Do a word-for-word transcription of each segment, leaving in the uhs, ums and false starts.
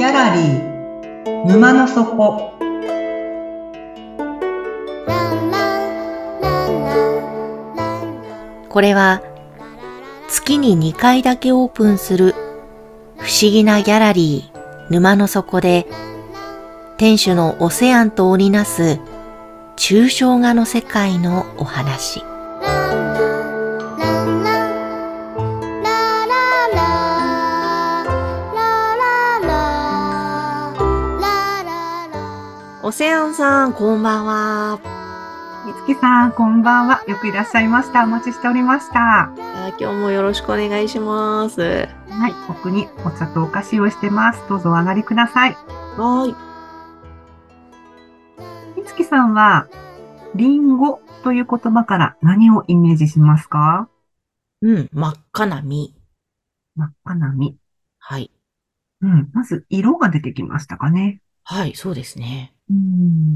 ギャラリー沼の底。 これは月ににかいだけオープンする不思議なギャラリー沼の底で、店主のオセアンと織りなす抽象画の世界のお話。オセアンさん、こんばんは。 みつきさん、こんばんは。よくいらっしゃいました。お待ちしておりました。 今日もよろしくお願いします。 はい、奥にお茶とお菓子をしてます。どうぞお上がりください。 はい。 みつきさんは、リンゴという言葉から何をイメージしますか？ うん、真っ赤な実。 真っ赤な実。 はい。 うん、まず色が出てきましたかね。 はい、そうですね。 うん、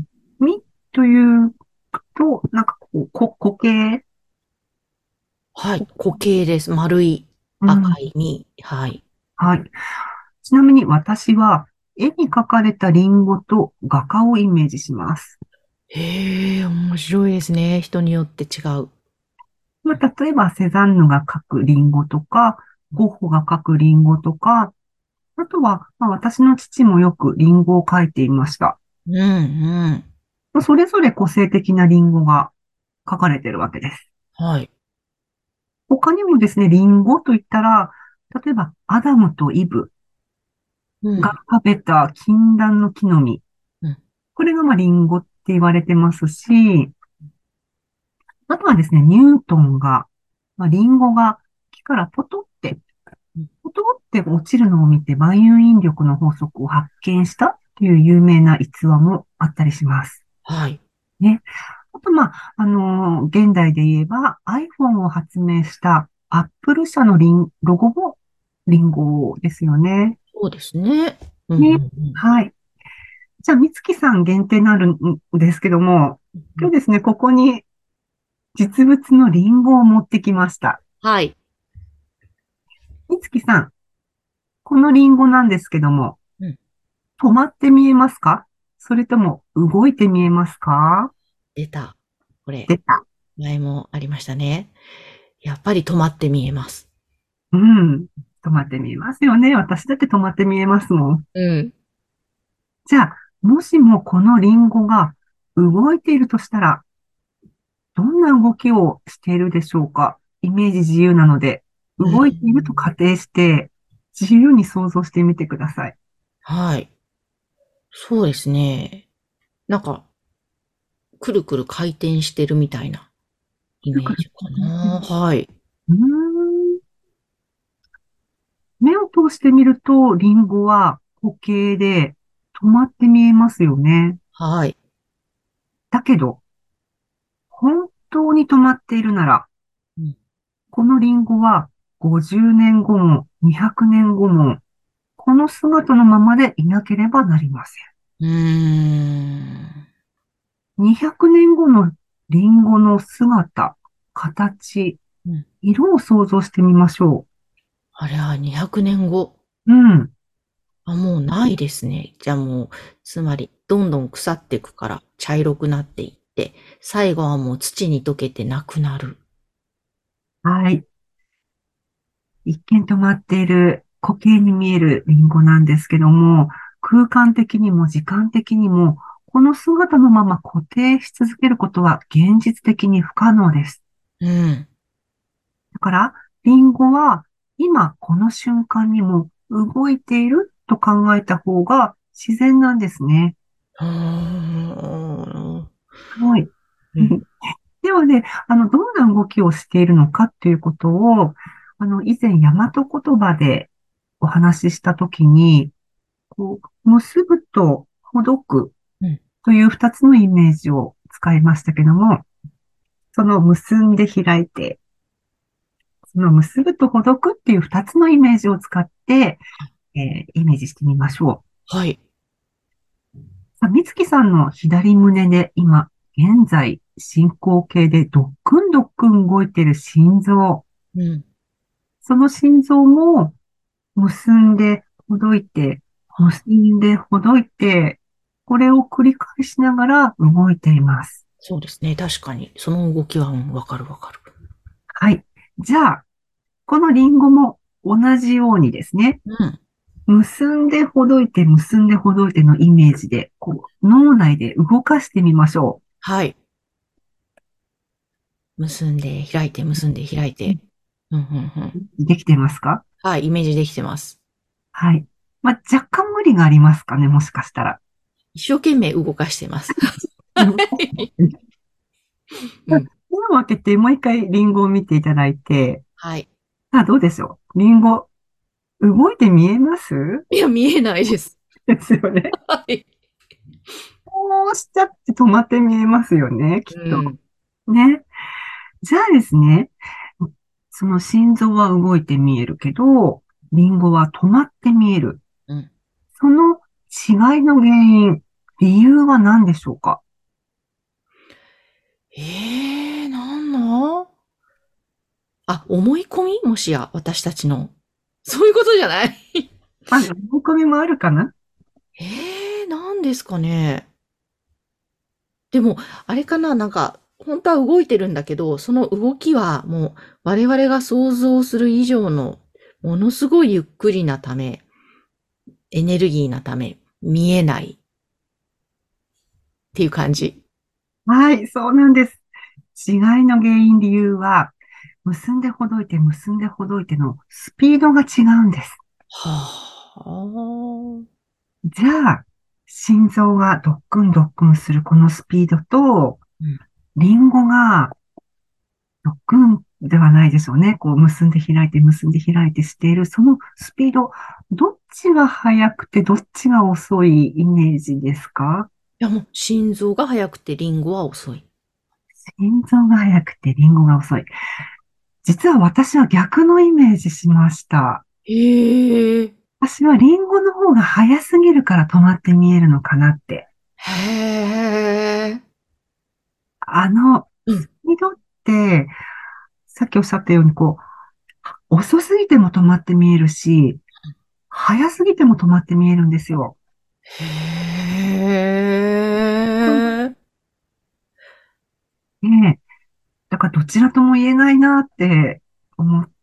実というと、なんかこう、こ、固形。 はい、固形です。丸い赤うん、 い実。はい。 はい。ちなみに私は、絵に描かれたリンゴと画家をイメージします。 へえ、面白いですね。人によって違う。 まあ、例えば、セザンヌが描くリンゴとか、ゴッホが描くリンゴとか、あとは、まあ、私の父もよくリンゴを描いていました。 うん、うん。 まあそれぞれ個性的なリンゴが描かれているわけです。 はい。 他にもですね、リンゴといったら、例えば、アダムとイブがうん、 食べた禁断の木の実。 うん。 これがまあリンゴって言われてますし、あとはですね、ニュートンが、まあ、リンゴが木からポトってポトって落ちるのを見て万有引力の法則を発見したという有名な逸話もあったりします。 はい。 ね。あと、まあ、あのー現代で言えば iPhone を発明したアップル社のリン、ロゴもリンゴですよね。 そうですね。うん、うん、 ね。 うん。 はい。じゃあ、みつきさん限定になるんですけども、 うん。 今日ですね、ここに実物のリンゴを持ってきました。 はい。 みつきさん、このリンゴなんですけども、 うん。 止まって見えますか？それとも動いて見えますか？ 出た。これ、 出た。 前もありましたね。やっぱり止まって見えます。 うん。止まって見えますよね。私だって止まって見えますもん。 うん。 じゃあ、もしもこのリンゴが動いているとしたら、どんな動きをしているでしょうか？イメージ自由なので、 う動いているとん。 仮定して、自由に想像してみてください。 はい。そうですね。なんか、くるくる回転してるみたいなイくるくるメージかな。はい。 うーん。目を通してみると、リンゴは固形で止まって見えますよね。 はい。 だけど、本当に止まっているなら、 うん。 このリンゴはごじゅうねんごもにひゃくねんごも、この姿のままでいなければなりませうーん。 ん。にひゃくねんごのリンゴの姿、形、 うん。 色を想像してみましょあれはにひゃくねんご。 う。うん。 あ、もうないですね。じゃあもう、つまり、どんどん腐っていくから茶色くなっていって、最後はもう土に溶けてなくなる。 はい。一見止まっている固形に見えるリンゴなんですけども、空間的にも時間的にも、この姿のまま固定し続けることは現実的に不可能です。 うん。 だから、リンゴは今この瞬間にも動いていると考えた方が自然なんですね。 うーん。 はい。 うん。 ではね、あの、どんな動きをしているのかっていうことを、あの、以前、大和言葉でお話ししたときに、こう、結ぶとほどくうん。 という二つのイメージを使いましたけども、その結んで開いて、その結ぶとほどくっていう二つのイメージを使って、えーイメージしてみましょはい。 う。さあ、みつきさんの左胸で今、現在進行形でドックンドックン動いている心臓。 うん。 その心臓も結んでほどいて、 結んでほどいて、これを繰り返しながら動いています。 そうですね。確かに。その動きは、うん、わかるわかる。 はい。じゃあ、このリンゴも同じようにですね、 うん。 結んでほどいて、結んでほどいてのイメージで、こう、脳内で動かしてみましょはい。結んで、開いて、結んで、開いう。 て。うん、うん、うん。 できてますか？ はい、イメージできてます。 はい。まあ、若干無理がありますかね、もしかしたら。 一生懸命動かしてます。は動かい。 してうん。 目を開けて、もう一回リンゴを見ていただいて、 はい。 さあ、どうでしょう。リンゴ、動いて見えます？ いや、見えないです。 ですよね。 はい。 こうしちゃって止まって見えますよね、きっと。 うん。 ね。じゃあですね、その心臓は動いて見えるけど、リンゴは止まって見える。 うん。 その違いの原因、理由は何でしょうか？ ええ、なんのあ、思い込みもしや、私たちの。そういうことじゃない？ まあ、思い込みもあるかな？ ええ、なんですかね。でも、あれかな、なんか、本当は動いてるんだけど、その動きはもう我々が想像する以上のものすごいゆっくりなため、エネルギーなため、見えないっていう感じ。 はい、そうなんです。違いの原因、理由は、結んでほどいて、結んでほどいてのスピードが違うんです。 はあ。 じゃあ、心臓がドックンドックンするこのスピードと、 うん。 リンゴがドックンではないでしょうね。こう、結んで開いて、結んで開いてしている、そのスピード、どっちが速くて、どっちが遅いイメージですか？ いやもう心臓が速くてリンゴは遅い。 心臓が速くて、リンゴが遅い。実は私は逆のイメージしました。 へえ。 私はリンゴの方が速すぎるから止まって見えるのかなって。 へえ。 あの、 うん。 スピードって、さっきおっしゃったように、こう、遅すぎても止まって見えるし、速すぎても止まって見えるんですよ。 へえ。 ねえ。だからどちらとも言えないなって思って、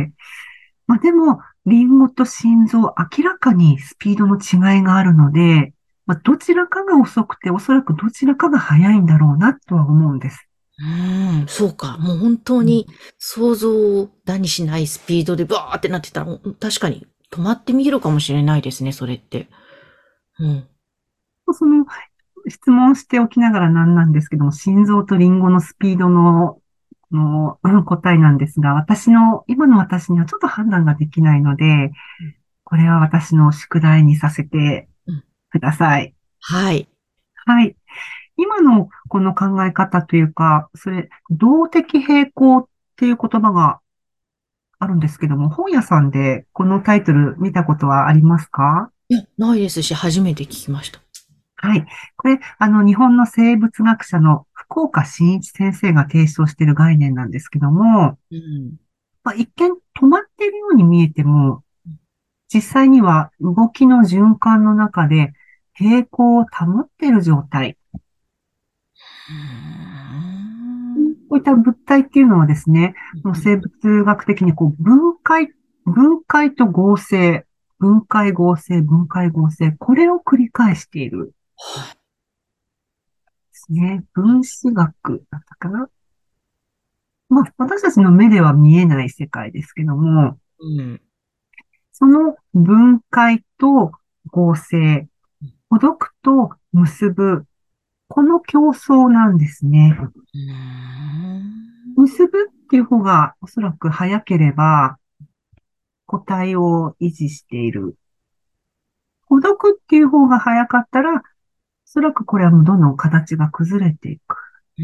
まあでも、リンゴと心臓、明らかにスピードの違いがあるので、まあ、どちらかが遅くて、おそらくどちらかが速いんだろうなとは思うんです。 うーん、そうか。もう本当うん、 に想像をだにしないスピードでバーってなってたら、うん確かに止まってみるかもしれないですね、それって。うん。 その質問しておきながらなんなんですけども、心臓とリンゴのスピードの、のうん答えなんですが、私の、今の私にはちょっと判断ができないので、 うん。 これは私の宿題にさせてうん。 ください。 はい。 はい。今のこの考え方というか、それ、動的平衡っていう言葉があるんですけども、本屋さんでこのタイトル見たことはありますか？ いや、ないですし、初めて聞きました。 はい。これ、あの、日本の生物学者の福岡伸一先生が提唱している概念なんですけども、 うん。 まあ、一見止まっているように見えても、実際には動きの循環の中で平衡を保っている状態。 うーん。 こういった物体っていうのはですね、このうん。 生物学的にこう分解、分解と合成、分解合成、分解合成、これを繰り返しているんではい。 すね。分子学だったかな。まあ、私たちの目では見えない世界ですけども、 うん。 その分解と合成、ほどくと結ぶ、この競争なんですね。 うーん。 結ぶっていう方がおそらく早ければ個体を維持している。ほどくっていう方が早かったら、おそらくこれはもうどんどん形が崩れていく。 うん。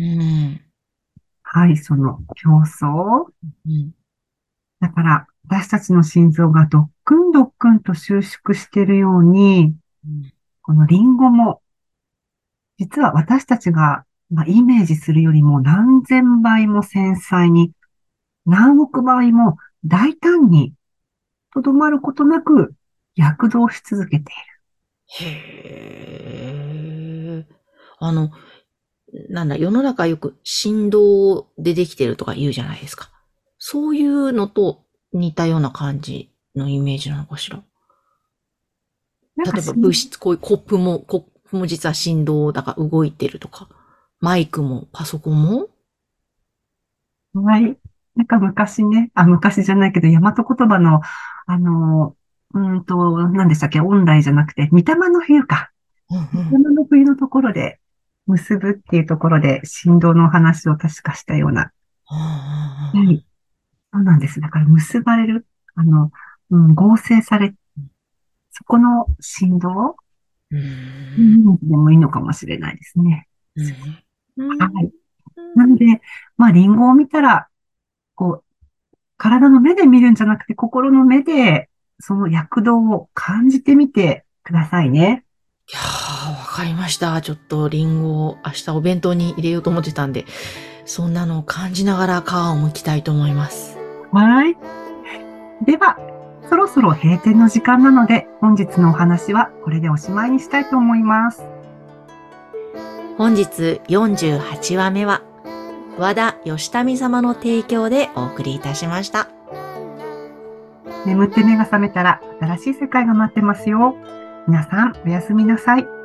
はい、その競争。 うん。 だから、私たちの心臓がドックンドックンと収縮しているように、 うん。 このリンゴも、実は私たちが、まあ、イメージするよりも何千倍も繊細に、何億倍も大胆に、とどまることなく躍動し続けている。 へえ。あの、なんだ、世の中よく振動でできてるとか言うじゃないですか。そういうのと似たような感じのイメージなのかしら。 なんかし、 例えば物質、こういうコップも、コップも実は振動だから動いてるとか、マイクもパソコンも。 はい。なんか昔ね、あ、昔じゃないけど、大和言葉の、あの、うーんと、何でしたっけ、オンラインじゃなくて、御霊の冬か。 うんうん。 御霊の冬のところで、結ぶっていうところで、振動のお話を確かしたような。はい。そうなんです。だから結ばれる、あの、うん、合成され、そこの振動うん。 イメージでもいいのかもしれないですね。 うん。うん。 はい。なので、まあ、リンゴを見たら、こう、体の目で見るんじゃなくて、心の目で、その躍動を感じてみてくださいね。 いやー、わかりました。ちょっとリンゴを明日お弁当に入れようと思ってたんで、そんなのを感じながら皮を剥きたいと思います。 はい。では、そろそろ閉店の時間なので、本日のお話はこれでおしまいにしたいと思います。 本日よんじゅうはちわめは、和田義民様の提供でお送りいたしました。 眠って目が覚めたら新しい世界が待ってますよ。皆さん、おやすみなさい。